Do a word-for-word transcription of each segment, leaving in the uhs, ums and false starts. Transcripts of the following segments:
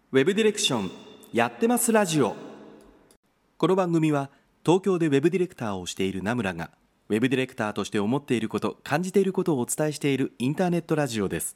ウェブディレクションやってますラジオ。この番組は東京でウェブディレクターをしている名村がウェブディレクターとして思っていること、感じていることをお伝えしているインターネットラジオです。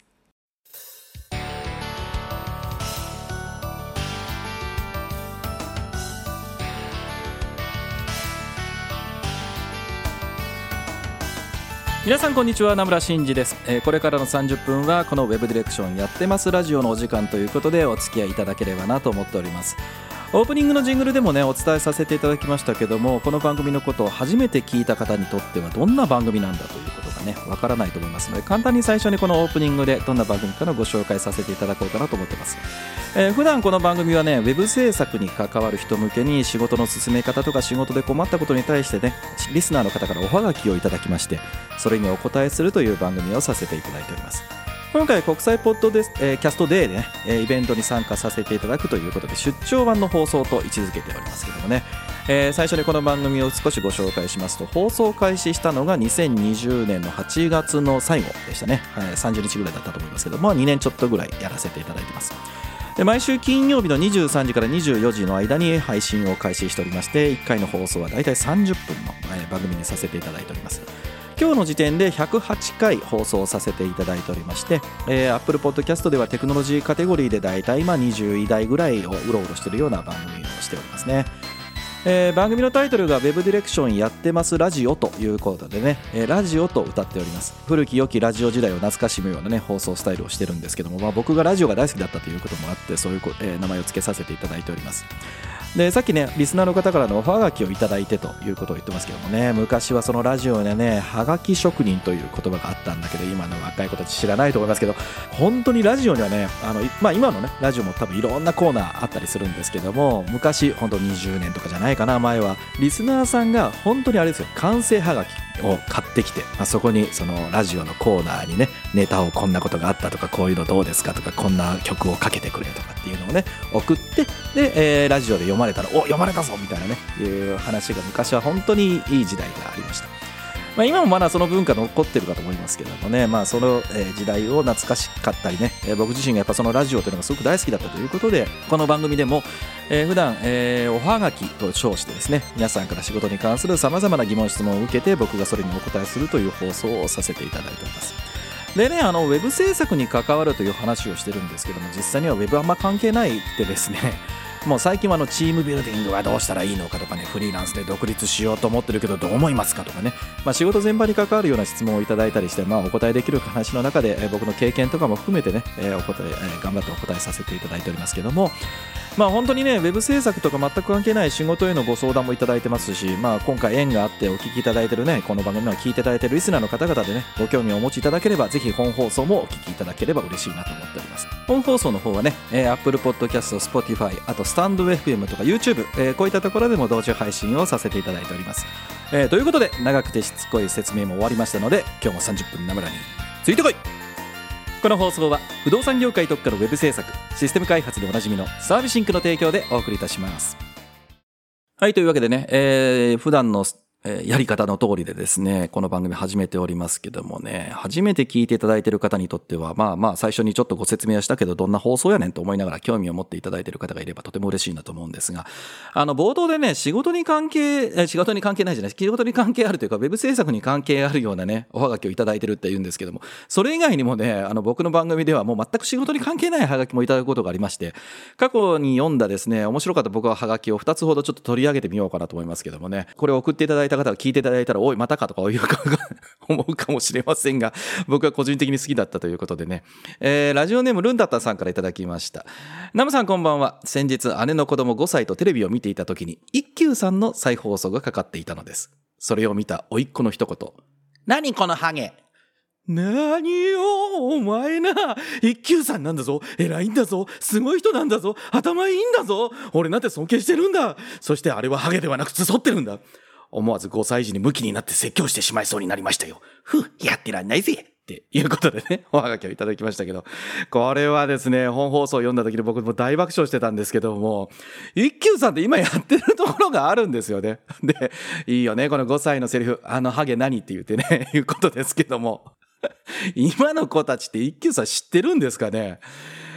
皆さんこんにちは、名村真司です。えー、これからのさんじゅっぷんはこのウェブディレクションやってますラジオのお時間ということでお付き合いいただければなと思っております。オープニングのジングルでもねお伝えさせていただきましたけども、この番組のことを初めて聞いた方にとってはどんな番組なんだということがねわからないと思いますので、簡単に最初にこのオープニングでどんな番組かのご紹介させていただこうかなと思ってます。えー、普段この番組はねウェブ制作に関わる人向けに仕事の進め方とか仕事で困ったことに対してねリスナーの方からおはがきをいただきまして、それにお答えするという番組をさせていただいております。今回国際ポッドです、えー、キャストデーでね、えー、イベントに参加させていただくということで出張版の放送と位置づけておりますけどもね、えー、最初にこの番組を少しご紹介しますと、放送開始したのがにせんにじゅうねんのはちがつの最後でしたね、はい、さんじゅうにちぐらいだったと思いますけども、にねんちょっとぐらいやらせていただいてます。で毎週金曜日のにじゅうさんじからにじゅうよじの間に配信を開始しておりまして、いっかいの放送はだいたいさんじゅっぷんの番組にさせていただいております。今日の時点でひゃくはちかい放送させていただいておりまして、えー、Apple Podcast ではテクノロジーカテゴリーでだいたい今にじゅういだいぐらいをうろうろしているような番組をしておりますね。えー、番組のタイトルが Web ディレクションやってますラジオということでね、えー、ラジオと歌っております。古き良きラジオ時代を懐かしむようなね放送スタイルをしてるんですけども、まあ、僕がラジオが大好きだったということもあってそういう、えー、名前を付けさせていただいております。でさっきねリスナーの方からのおはがきをいただいてということを言ってますけどもね、昔はそのラジオでねはがき職人という言葉があったんだけど、今の若い子たち知らないと思いますけど、本当にラジオにはねあの、まあ、今のねラジオも多分いろんなコーナーあったりするんですけども、昔本当にじゅうねんとかじゃないかな前はリスナーさんが本当にあれですよ、完成はがきを買ってきて、まあ、そこにそのラジオのコーナーにねネタをこんなことがあったとか、こういうのどうですかとか、こんな曲をかけてくれとかっていうのをね送って、で、えー、ラジオで読まれたらお読まれたぞみたいなねいう話が昔は本当にいい時代がありました。まあ、今もまだその文化残ってるかと思いますけどもね、まあ、その時代を懐かしかったりね、僕自身がやっぱそのラジオというのがすごく大好きだったということで、この番組でも、えー、普段、えー、おはがきと称してですね、皆さんから仕事に関するさまざまな疑問質問を受けて僕がそれにお答えするという放送をさせていただいております。でね、あのウェブ制作に関わるという話をしてるんですけども、実際にはウェブあんま関係ないってですね、もう最近はあのチームビルディングはどうしたらいいのかとかね、フリーランスで独立しようと思ってるけどどう思いますかとかね、まあ、仕事全般に関わるような質問をいただいたりして、まあ、お答えできる話の中で、えー、僕の経験とかも含めてね、えーお答ええー、頑張ってお答えさせていただいておりますけども、まあ、本当にねウェブ制作とか全く関係ない仕事へのご相談もいただいてますし、まあ、今回縁があってお聞きいただいてるねこの番組を聞いていただいてるリスナーの方々でねご興味をお持ちいただければ、ぜひ本放送もお聞きいただければ嬉しいなと思っております。本放送の方はね、えー、Apple Podcast、Spotify、あとスタンド エフエム とか YouTube、えー、こういったところでも同時配信をさせていただいております。えー、ということで長くてしつこい説明も終わりましたので、今日もさんじゅっぷん名村についてこい。この放送は不動産業界特化のウェブ制作、システム開発でおなじみのサービシンクの提供でお送りいたします。はい、というわけでね、えー、普段のやり方の通りでですね、この番組始めておりますけどもね、初めて聞いていただいている方にとっては、まあまあ最初にちょっとご説明はしたけど、どんな放送やねんと思いながら興味を持っていただいている方がいればとても嬉しいなと思うんですが、あの冒頭でね、仕事に関係、仕事に関係ないじゃない、仕事に関係あるというか、ウェブ制作に関係あるようなね、おはがきをいただいてるって言うんですけども、それ以外にもね、あの僕の番組ではもう全く仕事に関係ないはがきもいただくことがありまして、過去に読んだですね、面白かった僕ははがきをふたつほどちょっと取り上げてみようかなと思いますけどもね、これを送っていただいた方が聞いていただいたおいまたかとかいうか思うかもしれませんが、僕は個人的に好きだったということでね、えー、ラジオネームルンダッタさんからいただきました。ナムさんこんばんは。先日姉の子供ごさいとテレビを見ていた時に一休さんの再放送がかかっていたのです。それを見た甥っ子の一言、何このハゲ。なによお前な、一休さんなんだぞ、偉いんだぞ、すごい人なんだぞ、頭いいんだぞ、俺なんて尊敬してるんだ。そしてあれはハゲではなくつそってるんだ。思わずごさい児にムキになって説教してしまいそうになりましたよ。ふう、やってらんないぜっていうことでね、おはがきをいただきましたけど、これはですね、本放送を読んだ時に僕も大爆笑してたんですけども、一休さんって今やってるところがあるんですよね。で、いいよね、このごさいのセリフ、あのハゲ何って言ってね、いうことですけども、今の子たちって一休さん知ってるんですかね。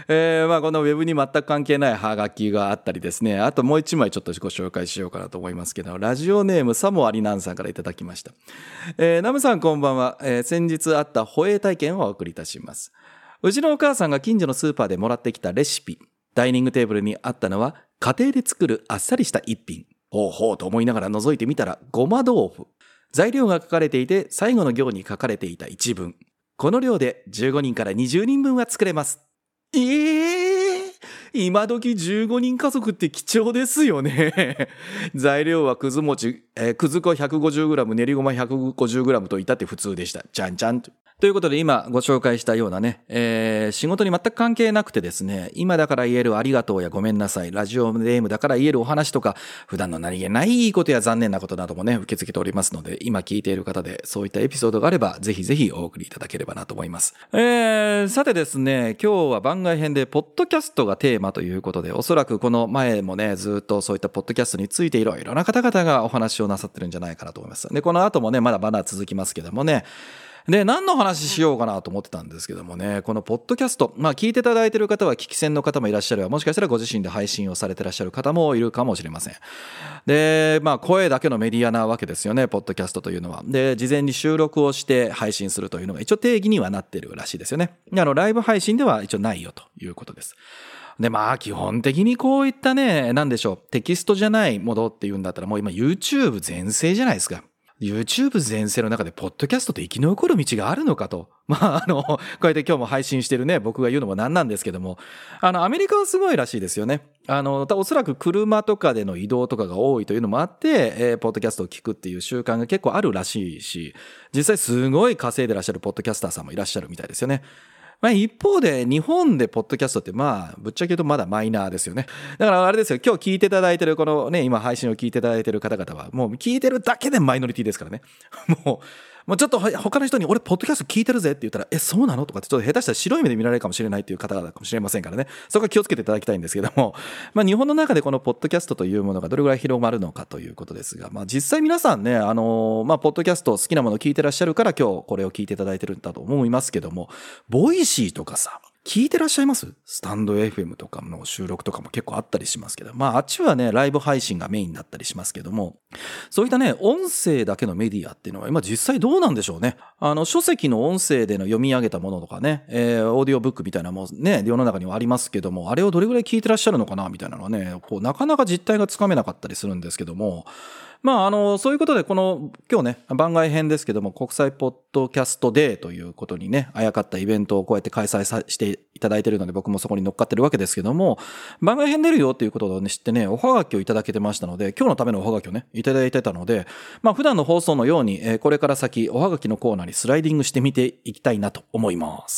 えー、まあこのウェブに全く関係ないハガキがあったりですね、あともう一枚ちょっとご紹介しようかなと思いますけど、ラジオネームサモアリナンさんからいただきました。えー、ナムさんこんばんは、えー、先日あった保栄体験をお送りいたします。うちのお母さんが近所のスーパーでもらってきたレシピ、ダイニングテーブルにあったのは家庭で作るあっさりした一品。ほうほうと思いながら覗いてみたらごま豆腐。材料が書かれていて最後の行に書かれていた一文。この量でじゅうごにんからにじゅうにんぶんは作れます。えー、今時じゅうごにん家族って貴重ですよね。材料はくず餅、えー、くず粉 ひゃくごじゅうグラム、練りごま ひゃくごじゅうグラム といったって普通でした。じゃんじゃんと。ということで今ご紹介したようなね、えー、仕事に全く関係なくてですね、今だから言えるありがとうやごめんなさい、ラジオネームだから言えるお話とか、普段の何気ないいいことや残念なことなどもね、受け付けておりますので、今聞いている方でそういったエピソードがあれば、ぜひぜひお送りいただければなと思います。えー、さてですね、今日は番外編でポッドキャストがテーマということで、おそらくこの前もね、ずっとそういったポッドキャストについていろいろな方々がお話をなさってるんじゃないかなと思います。で、この後もね、まだまだ続きますけどもね、で、何の話しようかなと思ってたんですけどもね、このポッドキャスト、まあ聞いていただいている方は聞き戦の方もいらっしゃるわ、もしかしたらご自身で配信をされていらっしゃる方もいるかもしれません。で、まあ声だけのメディアなわけですよね、ポッドキャストというのは。で、事前に収録をして配信するというのが一応定義にはなっているらしいですよね。あの、ライブ配信では一応ないよということです。で、まあ基本的にこういったね、なんでしょう、テキストじゃないものっていうんだったらもう今 YouTube 全盛じゃないですか。YouTube 全盛の中でポッドキャストって生き残る道があるのかと。まあ、あの、こうやって今日も配信してるね、僕が言うのもなんなんですけども、あの、アメリカはすごいらしいですよね。あの、おそらく車とかでの移動とかが多いというのもあって、えー、ポッドキャストを聞くっていう習慣が結構あるらしいし、実際すごい稼いでらっしゃるポッドキャスターさんもいらっしゃるみたいですよね。まあ一方で日本でポッドキャストってまあぶっちゃけ言うとまだマイナーですよね。だからあれですよ、今日聞いていただいてるこのね、今配信を聞いていただいてる方々はもう聞いてるだけでマイノリティですからね。もうもうちょっと他の人に俺ポッドキャスト聞いてるぜって言ったら、え、そうなのとかってちょっと下手したら白い目で見られるかもしれないっていう方々かもしれませんからね。そこは気をつけていただきたいんですけども、まあ日本の中でこのポッドキャストというものがどれぐらい広まるのかということですが、まあ実際皆さんね、あのまあポッドキャスト好きなものを聞いてらっしゃるから今日これを聞いていただいてるんだと思いますけども、ボイシーとかさ、聞いてらっしゃいます？スタンド エフエム とかの収録とかも結構あったりしますけど、まああっちはね、ライブ配信がメインだったりしますけども、そういったね、音声だけのメディアっていうのは今実際どうなんでしょうね。あの、書籍の音声での読み上げたものとかね、えー、オーディオブックみたいなもんね、世の中にはありますけども、あれをどれぐらい聞いてらっしゃるのかなみたいなのはね、こう、なかなか実態がつかめなかったりするんですけども、まあ、あの、そういうことで、この、今日ね、番外編ですけども、国際ポッドキャストデーということにね、あやかったイベントをこうやって開催さしていただいているので、僕もそこに乗っかってるわけですけども、番外編出るよっていうことをね、知ってね、おはがきをいただけてましたので、今日のためのおはがきをね、いただいてたので、まあ、普段の放送のように、えー、これから先、おはがきのコーナーにスライディングしてみていきたいなと思います。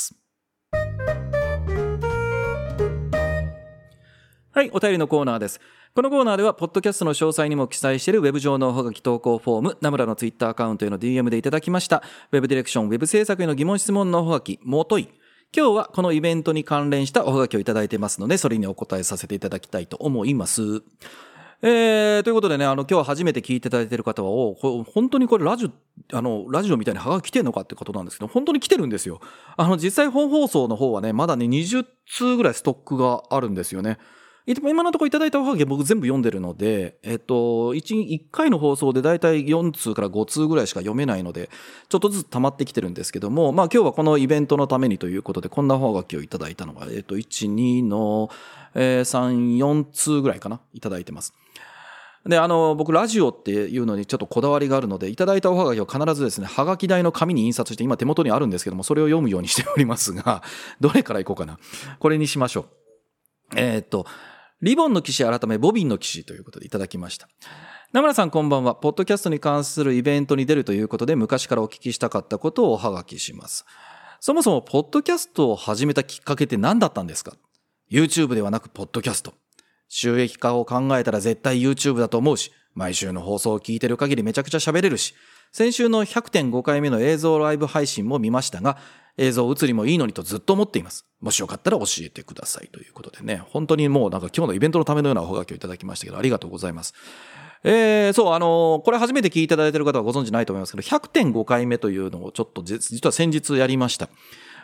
はい、お便りのコーナーです。このコーナーでは、ポッドキャストの詳細にも記載しているウェブ上のおはがき投稿フォーム、ナムラのツイッターアカウントへの ディーエム でいただきました、ウェブディレクション、ウェブ制作への疑問質問のおはがき、もとい。今日はこのイベントに関連したおはがきをいただいていますので、それにお答えさせていただきたいと思います。えー、ということでね、あの、今日初めて聞いていただいている方は、おこれ本当にこれラジオ、あの、ラジオみたいにハガキ来てんのかってことなんですけど、本当に来てるんですよ。あの、実際本放送の方はね、まだね、にじゅっつうぐらいストックがあるんですよね。今のところいただいたおはがき僕全部読んでるので、えっと、いち、いっかいの放送でだいたいよんつうからごつうぐらいしか読めないので、ちょっとずつ溜まってきてるんですけども、まあ今日はこのイベントのためにということで、こんなおはがきをいただいたのが、えっと、いち、にの、えー、さん、よんつうぐらいかな、いただいてます。で、あの、僕ラジオっていうのにちょっとこだわりがあるので、いただいたおはがきを必ずですね、はがき台の紙に印刷して、今手元にあるんですけども、それを読むようにしておりますが、どれからいこうかな。これにしましょう。えー、っと、リボンの騎士改めボビンの騎士ということでいただきました。名村さんこんばんは。ポッドキャストに関するイベントに出るということで昔からお聞きしたかったことをおはがきします。そもそもポッドキャストを始めたきっかけって何だったんですか？ YouTube ではなくポッドキャスト。収益化を考えたら絶対 YouTube だと思うし、毎週の放送を聞いてる限りめちゃくちゃ喋れるし、先週の ひゃくてんごかいめの映像ライブ配信も見ましたが、映像映りもいいのにとずっと思っています。もしよかったら教えてくださいということでね、本当にもうなんか今日のイベントのためのようなおはがきをいただきましたけど、ありがとうございます。えー、そう、あのー、これ初めて聞いていただいている方はご存知ないと思いますけど、ひゃくてんごかいめというのをちょっと実は先日やりました。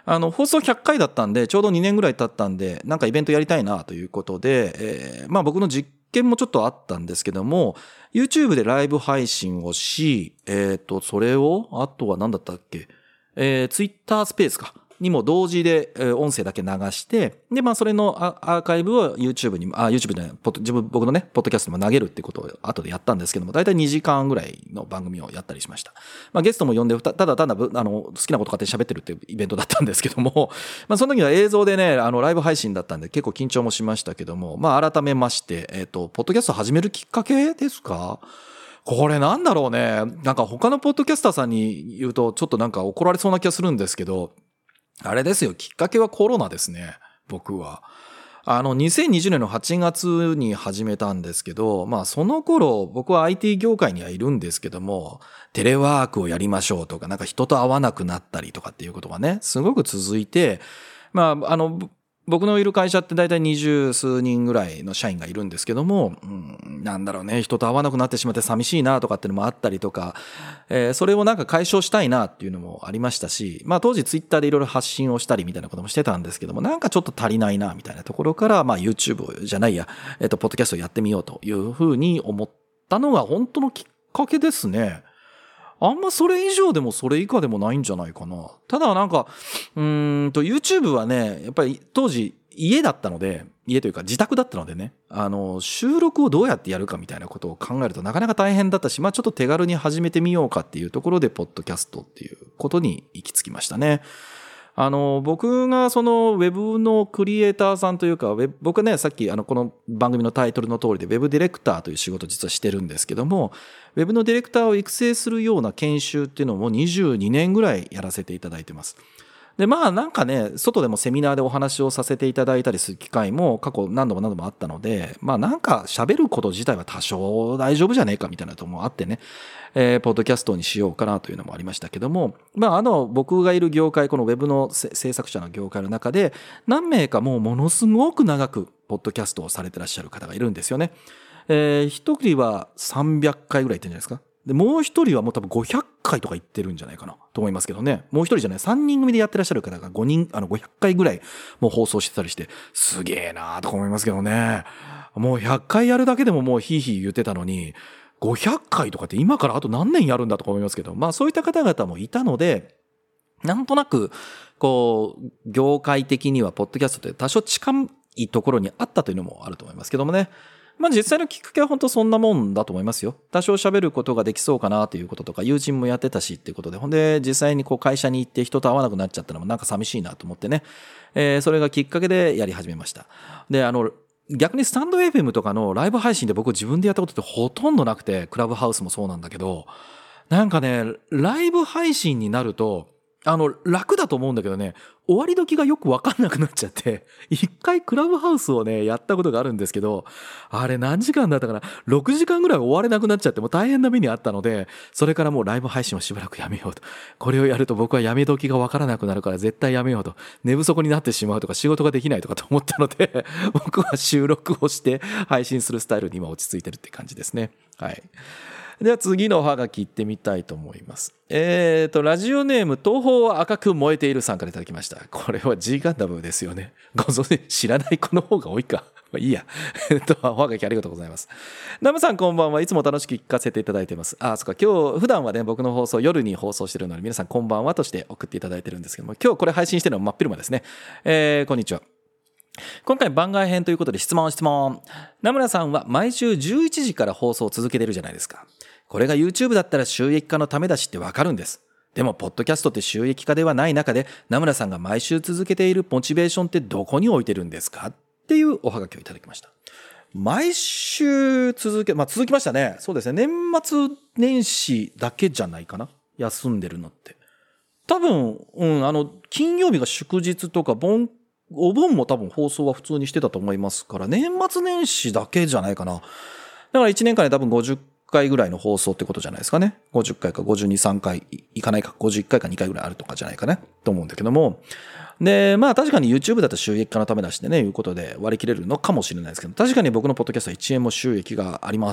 あの放送ひゃっかいだったんでちょうどにねんぐらい経ったんでなんかイベントやりたいなということで、えー、まあ僕の実験もちょっとあったんですけども YouTube でライブ配信をし、えーとそれをあとは何だったっけ、えー、Twitter スペースかにも同時で音声だけ流して、で、まあそれのアーカイブを YouTube にも、あ、YouTube じゃない、自分、僕のね、ポッドキャストにも投げるっていうことを後でやったんですけども、だいたいにじかんぐらいの番組をやったりしました。まあゲストも呼んで、ただただ、あの、好きなこと勝手に喋ってるっていうイベントだったんですけども、まあその時は映像でね、あの、ライブ配信だったんで結構緊張もしましたけども、まあ改めまして、えっと、ポッドキャスト始めるきっかけですか？これなんだろうね。なんか他のポッドキャスターさんに言うとちょっとなんか怒られそうな気がするんですけど、あれですよ、きっかけはコロナですね、僕は。あの、にせんにじゅうねんのはちがつに始めたんですけど、まあその頃、僕は アイティー 業界にはいるんですけども、テレワークをやりましょうとか、なんか人と会わなくなったりとかっていうことがね、すごく続いて、まあ、あの、僕のいる会社って大体二十数人ぐらいの社員がいるんですけども、うん、なんだろうね、人と会わなくなってしまって寂しいなとかっていうのもあったりとか、えー、それをなんか解消したいなっていうのもありましたし、まあ当時ツイッターでいろいろ発信をしたりみたいなこともしてたんですけども、なんかちょっと足りないなみたいなところから、まあ YouTube じゃないや、えっと、ポッドキャストをやってみようというふうに思ったのが本当のきっかけですね。あんまそれ以上でもそれ以下でもないんじゃないかな。ただなんか、うーんと YouTube はね、やっぱり当時家だったので、家というか自宅だったのでね、あの、収録をどうやってやるかみたいなことを考えるとなかなか大変だったし、まあちょっと手軽に始めてみようかっていうところで、ポッドキャストっていうことに行き着きましたね。あの、僕がそのウェブのクリエイターさんというか、ウェブ僕はね、さっきあの、この番組のタイトルの通りで、ウェブディレクターという仕事を実はしてるんですけども、ウェブのディレクターを育成するような研修っていうのもにじゅうにねんぐらいやらせていただいてます。で、まあなんかね、外でもセミナーでお話をさせていただいたりする機会も過去何度も何度もあったので、まあなんか喋ること自体は多少大丈夫じゃねえかみたいなとこもあってね、えー、ポッドキャストにしようかなというのもありましたけども、まああの僕がいる業界、このウェブの制作者の業界の中で何名かもうものすごく長くポッドキャストをされてらっしゃる方がいるんですよね。えー、一人はさんびゃっかいぐらい言ってるんじゃないですか。で、もう一人はもう多分ごひゃっかいとか言ってるんじゃないかなと思いますけどね。もう一人じゃない、さんにん組でやってらっしゃる方がごにん、あのごひゃっかいぐらいもう放送してたりして、すげえなーとか思いますけどね。もうひゃっかいやるだけでももうヒーヒー言ってたのに、ごひゃっかいとかって今からあと何年やるんだとか思いますけど、まあそういった方々もいたので、なんとなく、こう、業界的にはポッドキャストって多少近いところにあったというのもあると思いますけどもね。まあ実際のきっかけは本当そんなもんだと思いますよ。多少喋ることができそうかなということとか、友人もやってたしっていうことで、ほんで実際にこう会社に行って人と会わなくなっちゃったのもなんか寂しいなと思ってね、えー、それがきっかけでやり始めました。で、あの、逆にスタンド エフエム とかのライブ配信で僕自分でやったことってほとんどなくて、クラブハウスもそうなんだけど、なんかね、ライブ配信になると、あの、楽だと思うんだけどね、終わり時がよくわかんなくなっちゃって、一回クラブハウスをね、やったことがあるんですけど、あれ何時間だったかな ?ろく 時間ぐらい終われなくなっちゃって、もう大変な目にあったので、それからもうライブ配信をしばらくやめようと。これをやると僕はやめ時がわからなくなるから絶対やめようと。寝不足になってしまうとか仕事ができないとかと思ったので、僕は収録をして配信するスタイルに今落ち着いてるって感じですね。はい。では次のおはがき行ってみたいと思います。えーと、ラジオネーム、東方は赤く燃えているさんからいただきました。これは G ガンダムですよね。ご存知、知らない子の方が多いか。まあいいや。えっと、おはがきありがとうございます。ナムさんこんばんは。いつも楽しく聞かせていただいています。あ、そっか。今日、普段はね、僕の放送、夜に放送してるので、皆さんこんばんはとして送っていただいてるんですけども、今日これ配信してるのは真っ昼間ですね。えー、こんにちは。今回番外編ということで質問質問。名村さんは毎週じゅういちじから放送を続けてるじゃないですか。これが YouTube だったら収益化のためだしってわかるんです。でもポッドキャストって収益化ではない中で、名村さんが毎週続けているモチベーションってどこに置いてるんですかっていうおはがきをいただきました。毎週続け、まあ続きましたね。そうですね。年末年始だけじゃないかな。休んでるのって。多分、うん、あの、金曜日が祝日とか、盆お盆も多分放送は普通にしてたと思いますから、年末年始だけじゃないかな。だからいちねんかんで多分ごじゅっかいぐらいの放送ってことじゃないですかね。ごじゅっかいかごじゅうに、さんかいいかないか、ごじゅっかいかにかいぐらいあるとかじゃないかね。と思うんだけども。で、まあ確かに YouTube だと収益化のためだしでね、いうことで割り切れるのかもしれないですけど、確かに僕のポッドキャストはいちえんも収益がありません。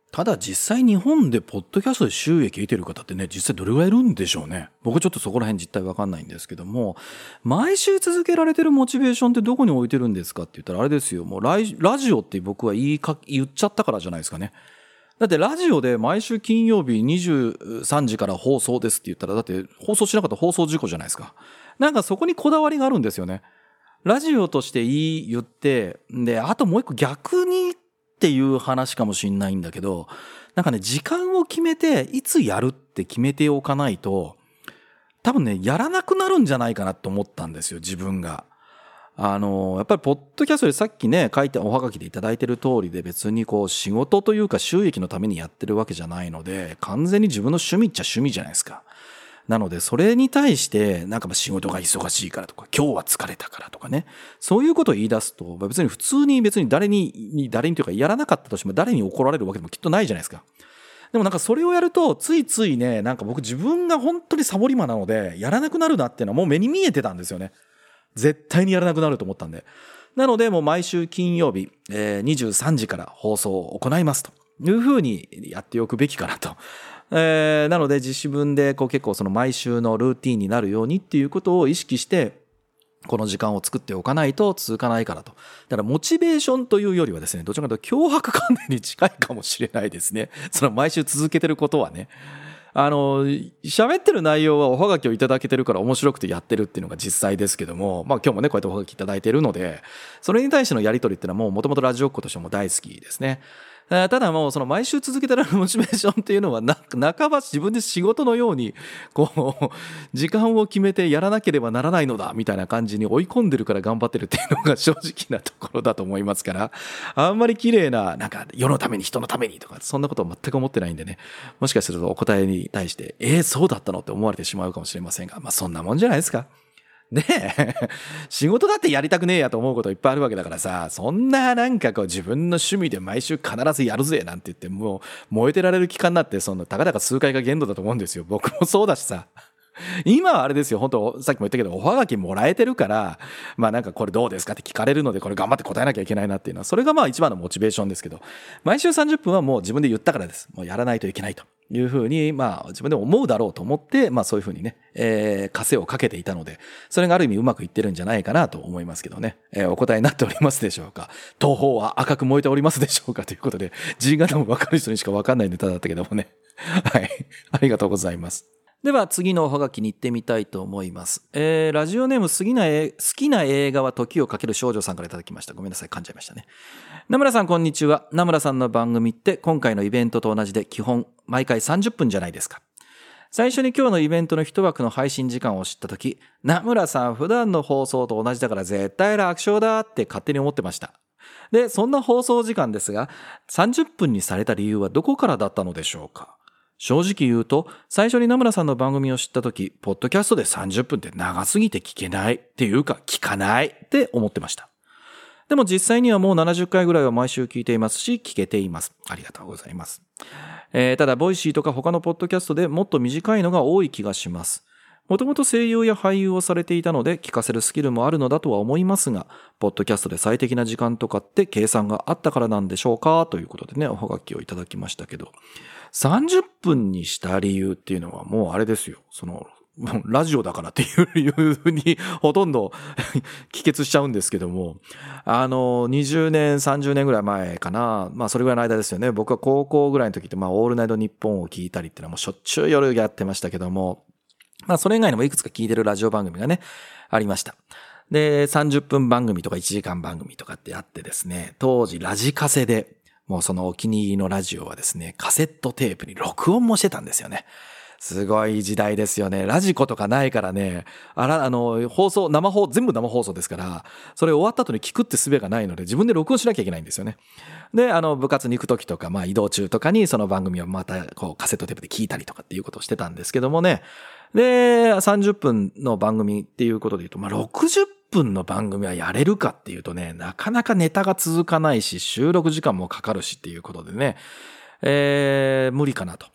ただ実際日本でポッドキャストで収益得てる方ってね、実際どれぐらいいるんでしょうね。僕ちょっとそこら辺実態わかんないんですけども、毎週続けられてるモチベーションってどこに置いてるんですかって言ったらあれですよ、もうライラジオって僕は言いか、言っちゃったからじゃないですかね。だってラジオで毎週金曜日にじゅうさんじから放送ですって言ったら、だって放送しなかったら放送事故じゃないですか。なんかそこにこだわりがあるんですよね。ラジオとして言い、言って、で、あともう一個逆にっていう話かもしれないんだけど、なんかね、時間を決めて、いつやるって決めておかないと、多分ね、やらなくなるんじゃないかなと思ったんですよ、自分が。あの、やっぱりポッドキャストでさっきね、書いておはがきでいただいてる通りで別にこう仕事というか収益のためにやってるわけじゃないので、完全に自分の趣味っちゃ趣味じゃないですか。なので、それに対して、なんかまあ仕事が忙しいからとか、今日は疲れたからとかね、そういうことを言い出すと、別に普通に別に誰に、誰にというかやらなかったとしても誰に怒られるわけでもきっとないじゃないですか。でもなんかそれをやると、ついついね、なんか僕自分が本当にサボり魔なので、やらなくなるなっていうのはもう目に見えてたんですよね。絶対にやらなくなると思ったんで。なので、もう毎週金曜日、えー、にじゅうさんじから放送を行いますというふうにやっておくべきかなと。えー、なので自分でこう結構その毎週のルーティンになるようにっていうことを意識してこの時間を作っておかないと続かないからと。だからモチベーションというよりはですね、どちらかというと脅迫観念に近いかもしれないですね。その毎週続けてることはね。あの、喋ってる内容はおはがきをいただけてるから面白くてやってるっていうのが実際ですけども、まあ今日もね、こうやっておはがきいただいてるので、それに対してのやりとりっていうのはもう元々ラジオっ子としても大好きですね。ただもうその毎週続けてられるモチベーションっていうのはな半ば自分で仕事のようにこう時間を決めてやらなければならないのだみたいな感じに追い込んでるから頑張ってるっていうのが正直なところだと思いますから、あんまり綺麗ななんか世のために人のためにとかそんなことは全く思ってないんでね、もしかするとお答えに対してえー、そうだったのって思われてしまうかもしれませんが、まあそんなもんじゃないですか。ねえ、仕事だってやりたくねえやと思うこといっぱいあるわけだからさ、そんななんかこう自分の趣味で毎週必ずやるぜなんて言ってもう燃えてられる期間になってそのたかだか数回が限度だと思うんですよ。僕もそうだしさ。今はあれですよ、本当さっきも言ったけどおはがきもらえてるからまあなんかこれどうですかって聞かれるのでこれ頑張って答えなきゃいけないなっていうのはそれがまあ一番のモチベーションですけど、毎週さんじゅっぷんはもう自分で言ったからです。もうやらないといけないというふうにまあ自分で思うだろうと思ってまあそういうふうにね、えー、枷をかけていたのでそれがある意味うまくいってるんじゃないかなと思いますけどね、えー、お答えになっておりますでしょうか。東方は赤く燃えておりますでしょうかということで G 型も分かる人にしか分かんないネタだったけどもねはいありがとうございます。では次のおはがきに行ってみたいと思います。えー、ラジオネーム好きなえ好きな映画は時をかける少女さんからいただきました。ごめんなさい、噛んじゃいましたね。名村さんこんにちは。名村さんの番組って今回のイベントと同じで基本毎回さんじゅっぷんじゃないですか。最初に今日のイベントの一枠の配信時間を知ったとき、名村さん普段の放送と同じだから絶対楽勝だって勝手に思ってました。で、そんな放送時間ですが、さんじゅっぷんにされた理由はどこからだったのでしょうか。正直言うと、最初に名村さんの番組を知ったとき、ポッドキャストでさんじゅっぷんって長すぎて聞けないっていうか聞かないって思ってました。でも実際にはもうななじゅっかいぐらいは毎週聞いていますし、聞けています。ありがとうございます。えー、ただ、ボイシーとか他のポッドキャストでもっと短いのが多い気がします。もともと声優や俳優をされていたので聞かせるスキルもあるのだとは思いますが、ポッドキャストで最適な時間とかって計算があったからなんでしょうかということでね、おはがきをいただきましたけど、さんじゅっぷんにした理由っていうのはもうあれですよ。その、ラジオだからっていう理由にほとんど帰結しちゃうんですけども、あの、にじゅうねん、さんじゅうねんぐらい前かな。まあそれぐらいの間ですよね。僕は高校ぐらいの時って、まあオールナイトニッポンを聞いたりっていうのはもうしょっちゅう夜やってましたけども、まあそれ以外にもいくつか聞いてるラジオ番組がね、ありました。で、さんじゅっぷん番組とかいちじかん番組とかってあってですね、当時ラジカセで、もうそのお気に入りのラジオはですね、カセットテープに録音もしてたんですよね。すごい時代ですよね。ラジコとかないからね、あら、あの、放送、生放、全部生放送ですから、それ終わった後に聞くって術がないので、自分で録音しなきゃいけないんですよね。で、あの、部活に行く時とか、まあ移動中とかにその番組をまた、こう、カセットテープで聞いたりとかっていうことをしてたんですけどもね。で、さんじゅっぷんの番組っていうことで言うと、まあろくじゅっぷんの番組はやれるかっていうとね、なかなかネタが続かないし、収録時間もかかるしっていうことでね、えー、無理かなと。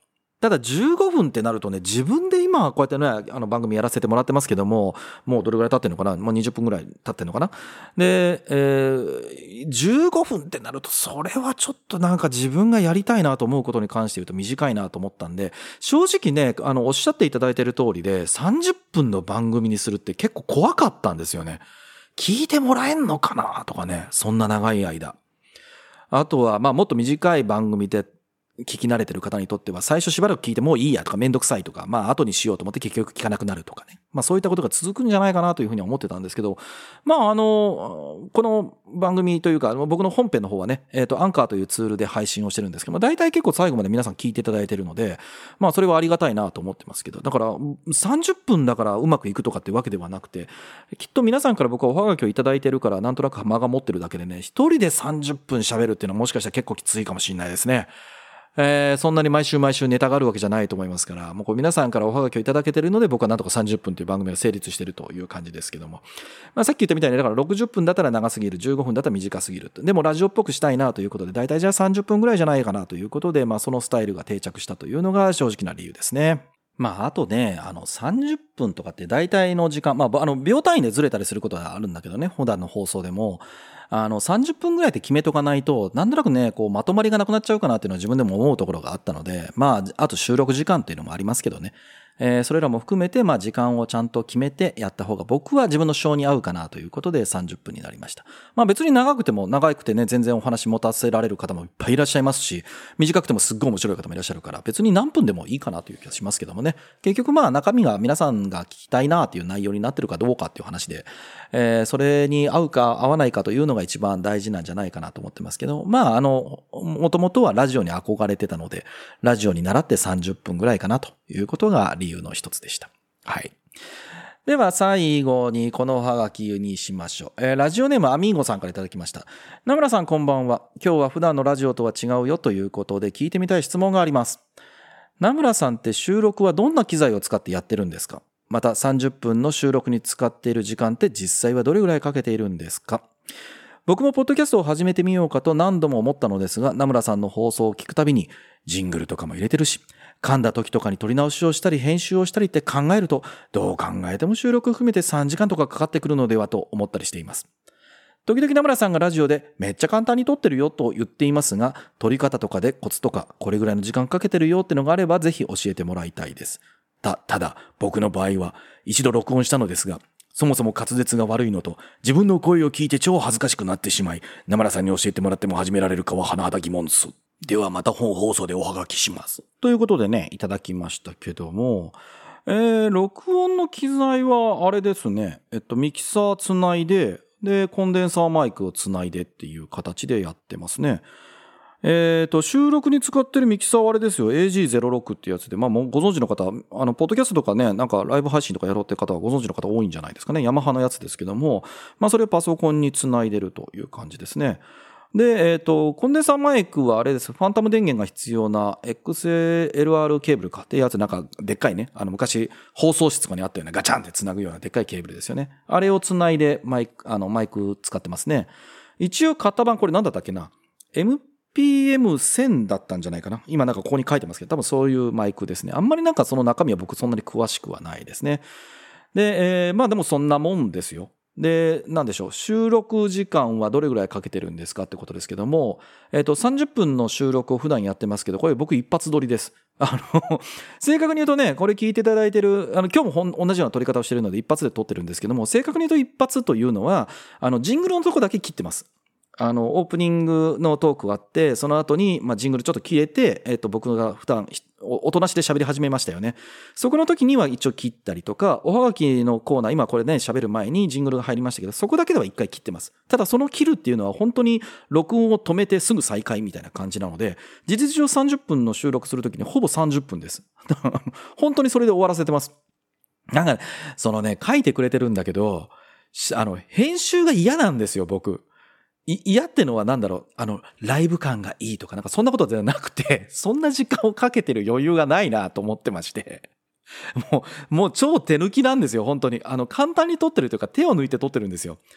ただじゅうごふんってなるとね、自分で今こうやってね、あの番組やらせてもらってますけども、もうどれぐらい経ってんのかな、もうにじゅっぷんぐらい経ってんのかな。で、えー、じゅうごふんってなると、それはちょっとなんか自分がやりたいなと思うことに関して言うと短いなと思ったんで、正直ね、あの、おっしゃっていただいている通りで、さんじゅっぷんの番組にするって結構怖かったんですよね。聞いてもらえんのかなとかね、そんな長い間。あとは、まあもっと短い番組で、聞き慣れてる方にとっては最初しばらく聞いてもういいやとかめんどくさいとか、まあ後にしようと思って結局聞かなくなるとかね。まあそういったことが続くんじゃないかなというふうに思ってたんですけど、まああの、この番組というか僕の本編の方はね、えっと、アンカーというツールで配信をしてるんですけども、大体結構最後まで皆さん聞いていただいてるので、まあそれはありがたいなと思ってますけど、だからさんじゅっぷんだからうまくいくとかっていうわけではなくて、きっと皆さんから僕はおはがきをいただいてるからなんとなく間が持ってるだけでね、一人でさんじゅっぷん喋るっていうのはもしかしたら結構きついかもしれないですね。えー、そんなに毎週毎週ネタがあるわけじゃないと思いますから、もうこれ皆さんからおはがきをいただけているので、僕はなんとかさんじゅっぷんという番組が成立しているという感じですけども。まあさっき言ったみたいに、だからろくじゅっぷんだったら長すぎる、じゅうごふんだったら短すぎる。でもラジオっぽくしたいなということで、だいたいじゃあさんじゅっぷんぐらいじゃないかなということで、まあそのスタイルが定着したというのが正直な理由ですね。まああとね、あのさんじゅっぷんとかって大体の時間、まああの秒単位でずれたりすることはあるんだけどね、普段の放送でも。あのさんじゅっぷんぐらいって決めとかないと、なんとなくね、こうまとまりがなくなっちゃうかなっていうのは自分でも思うところがあったので、まああと収録時間っていうのもありますけどね。えー、それらも含めて、まあ時間をちゃんと決めてやった方が僕は自分の性に合うかなということでさんじゅっぷんになりました。まあ別に長くても長くてね、全然お話持たせられる方もいっぱいいらっしゃいますし、短くてもすっごい面白い方もいらっしゃるから、別に何分でもいいかなという気がしますけどもね。結局まあ中身が皆さんが聞きたいなという内容になってるかどうかっていう話で、えー、それに合うか合わないかというのが一番大事なんじゃないかなと思ってますけど、まああの、もともとはラジオに憧れてたので、ラジオに習ってさんじゅっぷんぐらいかなということが理由の一つでした。はい。では最後にこのおはがきにしましょう。えー、ラジオネームアミーゴさんからいただきました。名村さんこんばんは。今日は普段のラジオとは違うよということで聞いてみたい質問があります。名村さんって収録はどんな機材を使ってやってるんですか？またさんじゅっぷんの収録に使っている時間って実際はどれぐらいかけているんですか？僕もポッドキャストを始めてみようかと何度も思ったのですが、名村さんの放送を聞くたびにジングルとかも入れてるし、噛んだ時とかに撮り直しをしたり編集をしたりって考えると、どう考えても収録含めてさんじかんとかかかってくるのではと思ったりしています。時々名村さんがラジオでめっちゃ簡単に撮ってるよと言っていますが、撮り方とかでコツとかこれぐらいの時間かけてるよってのがあればぜひ教えてもらいたいです。た、ただ僕の場合は一度録音したのですが、そもそも滑舌が悪いのと自分の声を聞いて超恥ずかしくなってしまい、名村さんに教えてもらっても始められるかは甚だ疑問です。ではまた本放送でおはがきします。ということでね、いただきましたけども、えー、録音の機材はあれですね、えっと、ミキサーつないで、で、コンデンサーマイクをつないでっていう形でやってますね。えっと、収録に使ってるミキサーはあれですよ、エージーゼロろく っていうやつで、まあもうご存知の方、あの、ポッドキャストとかね、なんかライブ配信とかやろうって方はご存知の方多いんじゃないですかね。ヤマハのやつですけども、まあそれをパソコンにつないでるという感じですね。で、えっと、コンデンサーマイクはあれです。ファンタム電源が必要な エックスエルアール ケーブルかっていうやつ、なんかでっかいね、あの昔放送室とかにあったようなガチャンってつなぐようなでっかいケーブルですよね。あれをつないでマイク、あのマイク使ってますね。一応型番これ何だったっけな エムピーエムせん だったんじゃないかな。今なんかここに書いてますけど、多分そういうマイクですね。あんまりなんかその中身は僕そんなに詳しくはないですね。で、えー、まあでもそんなもんですよ。で、なんでしょう。収録時間はどれぐらいかけてるんですかってことですけども、えっと、さんじゅっぷんの収録を普段やってますけど、これ僕一発撮りです。あの、正確に言うとね、これ聞いていただいてる、あの、今日もほん同じような撮り方をしてるので一発で撮ってるんですけども、正確に言うと一発というのは、あの、ジングルのとこだけ切ってます。あの、オープニングのトークがあって、その後に、まあ、ジングルちょっと切れて、えっと、僕が普段、おとなしで喋り始めましたよね。そこの時には一応切ったりとか、おはがきのコーナー、今これね、喋る前にジングルが入りましたけど、そこだけでは一回切ってます。ただその切るっていうのは本当に録音を止めてすぐ再開みたいな感じなので、事実上さんじゅっぷんの収録する時にほぼさんじゅっぷんです。本当にそれで終わらせてます。なんか、そのね、書いてくれてるんだけど、あの、編集が嫌なんですよ、僕。い、嫌ってのはなんだろう、あの、ライブ感がいいとかなんかそんなことではなくて、そんな時間をかけてる余裕がないなと思ってまして。もう、もう超手抜きなんですよ、本当に。あの、簡単に撮ってるというか手を抜いて撮ってるんですよ。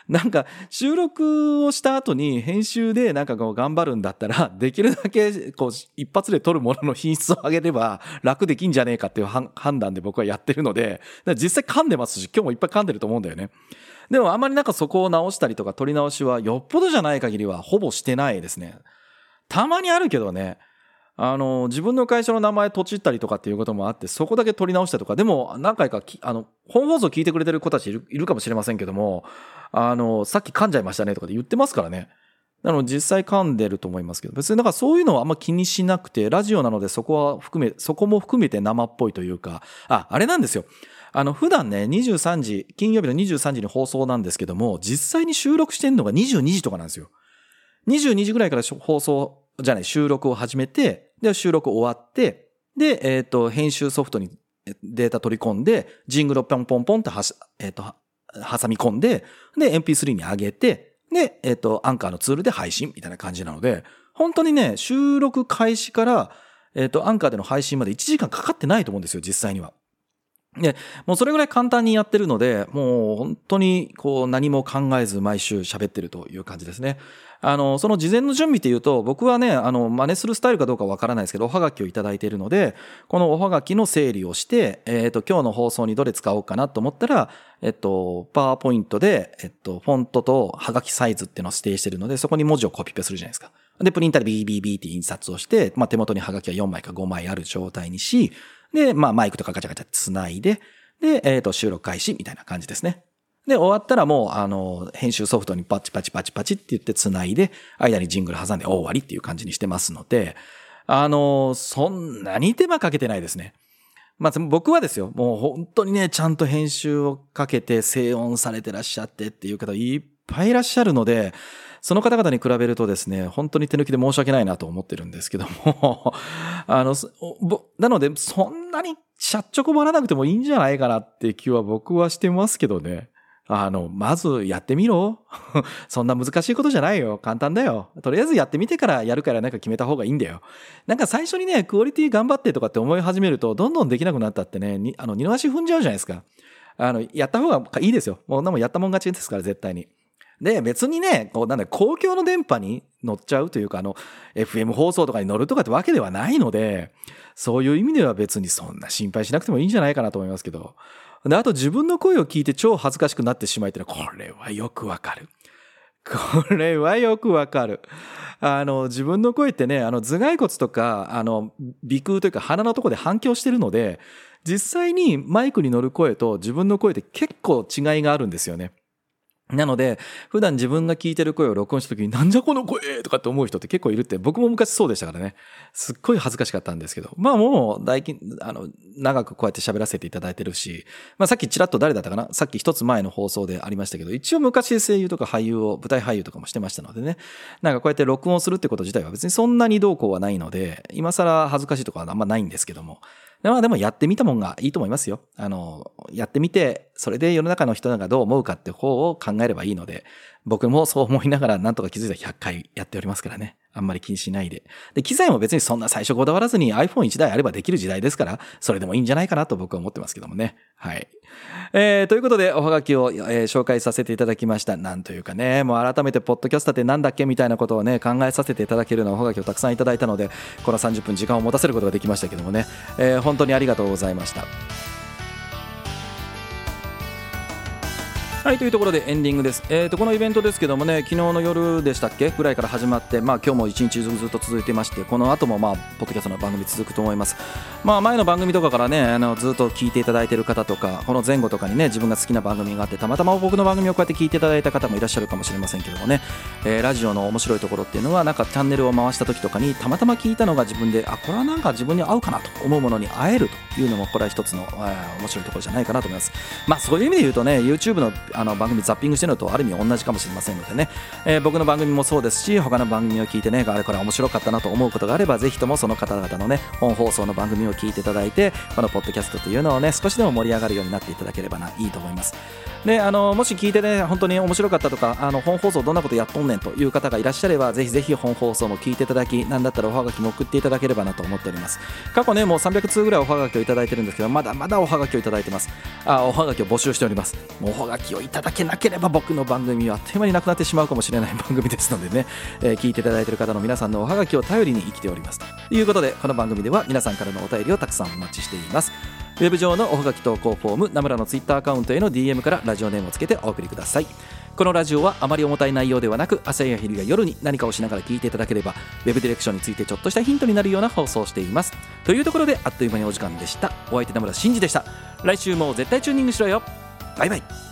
なんか収録をした後に編集でなんかこう頑張るんだったら、できるだけこう一発で撮るものの品質を上げれば楽できんじゃねえかっていう判断で僕はやってるので、だから実際噛んでますし、今日もいっぱい噛んでると思うんだよね。でもあんまりなんかそこを直したりとか撮り直しはよっぽどじゃない限りはほぼしてないですね。たまにあるけどね、あの自分の会社の名前とちったりとかっていうこともあって、そこだけ撮り直したりとか、でも何回かあの本放送聞いてくれてる子たちいる、いるかもしれませんけども、あのさっき噛んじゃいましたねとかで言ってますからね。なので実際噛んでると思いますけど、別にだからそういうのはあんま気にしなくて、ラジオなのでそこは含めそこも含めて生っぽいというか、ああれなんですよ。あの普段ねにじゅうさんじ金曜日のにじゅうさんじに放送なんですけども、実際に収録してんのがにじゅうにじとかなんですよ。にじゅうにじぐらいから放送じゃない収録を始めて、で収録終わって、でえっと編集ソフトにデータ取り込んで、ジングルをポンポンポンってはし、えっと挟み込んで、で エムピースリー に上げて、でえっとアンカーのツールで配信みたいな感じなので、本当にね収録開始からえっとアンカーでの配信までいちじかんかかってないと思うんですよ、実際には。で、もうそれぐらい簡単にやってるので、もう本当にこう何も考えず毎週喋ってるという感じですね。あの、その事前の準備っていうと、僕はね、あの、真似するスタイルかどうかわからないですけど、おはがきをいただいているので、このおはがきの整理をして、えっと、今日の放送にどれ使おうかなと思ったら、えっと、パワーポイントで、えっと、フォントとはがきサイズっていうのを指定しているので、そこに文字をコピペするじゃないですか。で、プリンターで ビービービー って印刷をして、まあ、手元にはがきがよんまいかごまいある状態にし、で、まあ、マイクとかガチャガチャつないで、で、えっと、収録開始みたいな感じですね。で、終わったらもう、あの、編集ソフトにパチパチパチパチって言って繋いで、間にジングル挟んで終わりっていう感じにしてますので、あの、そんなに手間かけてないですね。まあ、僕はですよ、もう本当にね、ちゃんと編集をかけて静音されてらっしゃってっていう方いっぱいいらっしゃるので、その方々に比べるとですね、本当に手抜きで申し訳ないなと思ってるんですけども、あの、なので、そんなにしゃっちょこばらなくてもいいんじゃないかなって気は僕はしてますけどね。あの、まずやってみろ。そんな難しいことじゃないよ。簡単だよ。とりあえずやってみてからやるからなんか決めた方がいいんだよ。なんか最初にね、クオリティ頑張ってとかって思い始めると、どんどんできなくなったってね、にあの、二の足踏んじゃうじゃないですか。あの、やった方がいいですよ。もう、でもやったもん勝ちですから、絶対に。で、別にね、こう、なんだ、公共の電波に乗っちゃうというか、あの、エフエム 放送とかに乗るとかってわけではないので、そういう意味では別にそんな心配しなくてもいいんじゃないかなと思いますけど。で、あと自分の声を聞いて超恥ずかしくなってしまいってのは、これはよくわかる。これはよくわかる。あの、自分の声ってね、あの、頭蓋骨とか、あの、鼻腔というか鼻のところで反響してるので、実際にマイクに乗る声と自分の声って結構違いがあるんですよね。なので、普段自分が聞いてる声を録音した時に、なんじゃこの声とかって思う人って結構いるって、僕も昔そうでしたからね。すっごい恥ずかしかったんですけど。まあもう、大金、あの、長くこうやって喋らせていただいてるし、まあさっきちらっと誰だったかなさっき一つ前の放送でありましたけど、一応昔声優とか俳優を、舞台俳優とかもしてましたのでね。なんかこうやって録音するってこと自体は別にそんなにどうこうはないので、今更恥ずかしいとかはあんまないんですけども。まあでもやってみたもんがいいと思いますよ。あの、やってみて、それで世の中の人がどう思うかって方を考えればいいので、僕もそう思いながらなんとか気づいたらひゃっかいやっておりますからね。あんまり気にしないで。で、機材も別にそんな最初こだわらずに アイフォンいち 台あればできる時代ですから、それでもいいんじゃないかなと僕は思ってますけどもね。はい。えー、ということでおはがきを、えー、紹介させていただきました。なんというかね、もう改めてポッドキャスターってなんだっけみたいなことをね、考えさせていただけるようなおはがきをたくさんいただいたので、このさんじゅっぷん時間を持たせることができましたけどもね、えー、本当にありがとうございました。はい、というところでエンディングです。えーと、このイベントですけどもね、昨日の夜でしたっけぐらいから始まって、まあ今日も一日ずっと続いてまして、この後もまあ、ポッドキャストの番組続くと思います。まあ前の番組とかからね、あの、ずっと聞いていただいている方とか、この前後とかにね、自分が好きな番組があって、たまたま僕の番組をこうやって聞いていただいた方もいらっしゃるかもしれませんけどもね、えー、ラジオの面白いところっていうのは、なんかチャンネルを回した時とかに、たまたま聞いたのが自分で、あ、これはなんか自分に合うかなと思うものに会えるというのも、これは一つの、えー、面白いところじゃないかなと思います。まあそういう意味で言うとね、YouTube のあの番組ザッピングしてるのとある意味同じかもしれませんのでね、えー、僕の番組もそうですし、他の番組を聞いてね、あれこれ面白かったなと思うことがあれば、ぜひともその方々のね、本放送の番組を聞いていただいて、このポッドキャストというのをね、少しでも盛り上がるようになっていただければないいと思います。で、あのもし聞いてね、本当に面白かったとか、あの本放送どんなことやっとんねんという方がいらっしゃれば、ぜひぜひ本放送も聞いていただき、なんだったらおはがきも送っていただければなと思っております。過去ね、もうさんびゃくつうぐらいおはがきをいただいてるんですけど、まだまだおはがきをいただいてます。あ、おはがきを募集しております。もうおはがきををいただけなければ僕の番組はあっという間になくなってしまうかもしれない番組ですのでね、えー、聞いていただいている方の皆さんのおはがきを頼りに生きておりますということで、この番組では皆さんからのお便りをたくさんお待ちしています。ウェブ上のおはがき投稿フォーム、ナムラのツイッターアカウントへの ディーエム からラジオネームをつけてお送りください。このラジオはあまり重たい内容ではなく、朝や昼や夜に何かをしながら聞いていただければウェブディレクションについてちょっとしたヒントになるような放送をしています。というところであっという間にお時間でした。お相手、名村真司でした。来週も絶対チューニングしろよ。バイバイ。